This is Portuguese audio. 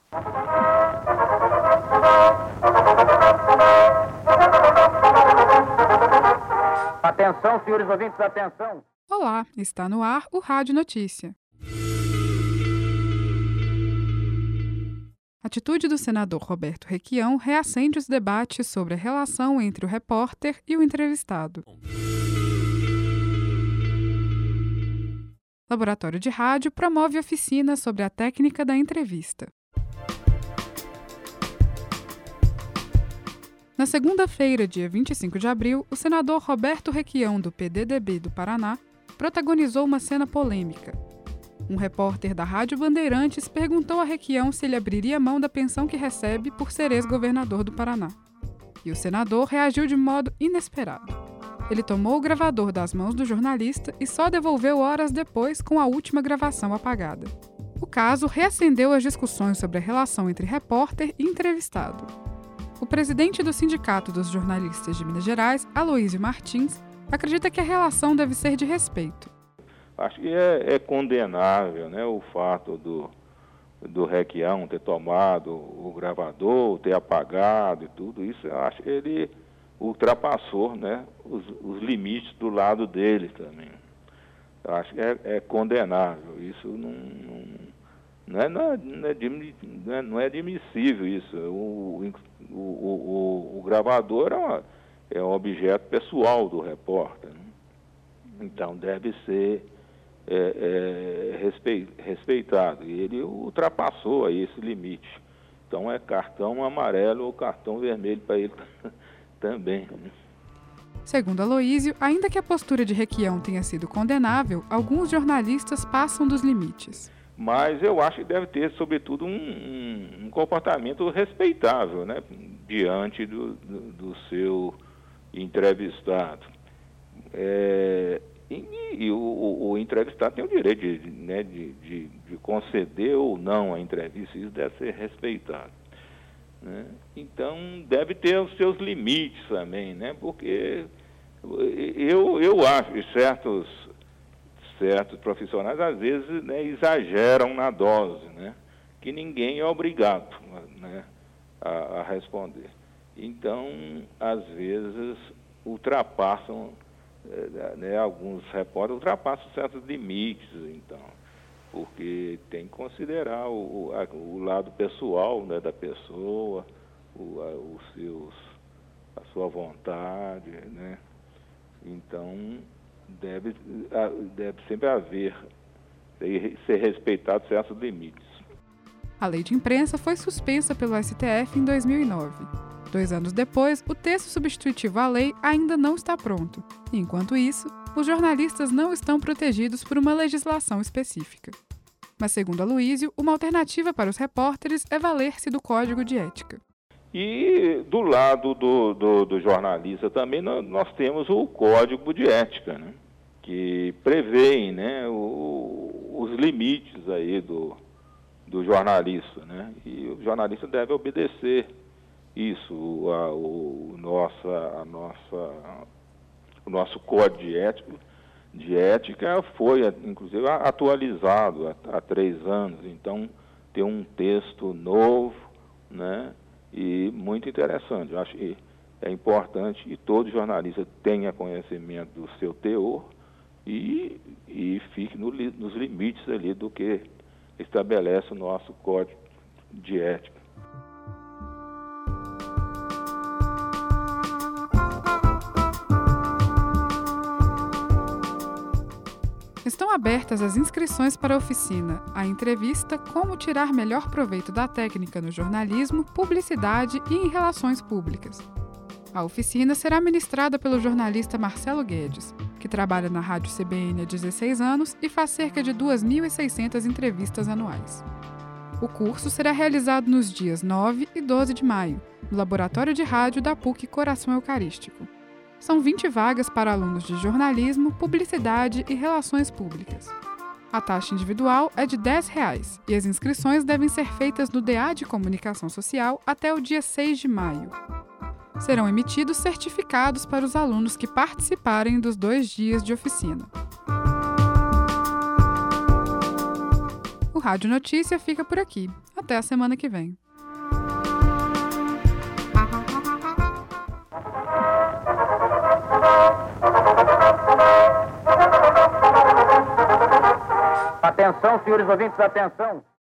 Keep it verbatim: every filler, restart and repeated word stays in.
Atenção, senhores ouvintes, atenção. Olá, está no ar o Rádio Notícia. A atitude do senador Roberto Requião reacende os debates sobre a relação entre o repórter e o entrevistado. Laboratório de Rádio promove oficina sobre a técnica da entrevista. Na segunda-feira, dia vinte e cinco de abril, o senador Roberto Requião, do P D D B do Paraná, protagonizou uma cena polêmica. Um repórter da Rádio Bandeirantes perguntou a Requião se ele abriria mão da pensão que recebe por ser ex-governador do Paraná. E o senador reagiu de modo inesperado. Ele tomou o gravador das mãos do jornalista e só devolveu horas depois com a última gravação apagada. O caso reacendeu as discussões sobre a relação entre repórter e entrevistado. O presidente do Sindicato dos Jornalistas de Minas Gerais, Aloísio Martins, acredita que a relação deve ser de respeito. Acho que é, é condenável, né, o fato do, do Requião ter tomado o gravador, ter apagado e tudo isso. Eu acho que ele ultrapassou, né, os, os limites do lado dele também. Eu acho que é, é condenável. Isso não, não, não, é, não, é, não, é admi, não, é, não é admissível isso. O, o, o, o gravador é, uma, é um objeto pessoal do repórter, né? Então deve ser é, é, respeit, respeitado. E ele ultrapassou aí esse limite. Então é cartão amarelo ou cartão vermelho para ele também. Segundo Aloísio, ainda que a postura de Requião tenha sido condenável, alguns jornalistas passam dos limites. Mas eu acho que deve ter, sobretudo, um, um, um comportamento respeitável, né, diante do, do, do seu entrevistado. É, e e o, o, o entrevistado tem o direito de, né, de, de, de conceder ou não a entrevista, isso deve ser respeitado, né? Então, deve ter os seus limites também, né? Porque eu, eu acho que certos, certos profissionais, às vezes, né, exageram na dose, né? Que ninguém é obrigado, né, a, a responder. Então, às vezes, ultrapassam, né, alguns repórteres ultrapassam certos limites, então, porque tem que considerar o, a, o lado pessoal, né, da pessoa, o, a, os seus, a sua vontade, né? Então, deve, deve sempre haver, ser respeitado certos limites. A lei de imprensa foi suspensa pelo S T F em dois mil e nove. Dois anos depois, o texto substitutivo à lei ainda não está pronto. E, enquanto isso, os jornalistas não estão protegidos por uma legislação específica. Mas, segundo Aloísio, uma alternativa para os repórteres é valer-se do Código de Ética. E do lado do, do, do jornalista também nós temos o Código de Ética, né, que prevê, né, o, os limites aí do, do jornalista, né, e o jornalista deve obedecer isso, a, o, nossa, a nossa, o nosso Código de Ética, de ética foi, inclusive, atualizado há, há três anos, então tem um texto novo, né, e muito interessante. Eu acho que é importante que todo jornalista tenha conhecimento do seu teor e, e fique no, nos limites ali do que estabelece o nosso Código de Ética. Estão abertas as inscrições para a oficina, a entrevista Como tirar melhor proveito da técnica no jornalismo, publicidade e em relações públicas. A oficina será ministrada pelo jornalista Marcelo Guedes, que trabalha na Rádio C B N há dezesseis anos e faz cerca de duas mil e seiscentas entrevistas anuais. O curso será realizado nos dias nove e doze de maio, no Laboratório de Rádio da P U C Coração Eucarístico. São vinte vagas para alunos de jornalismo, publicidade e relações públicas. A taxa individual é de dez reais e as inscrições devem ser feitas no D A de Comunicação Social até o dia seis de maio. Serão emitidos certificados para os alunos que participarem dos dois dias de oficina. O Rádio Notícia fica por aqui. Até Até a semana que vem. Atenção, senhores ouvintes, atenção.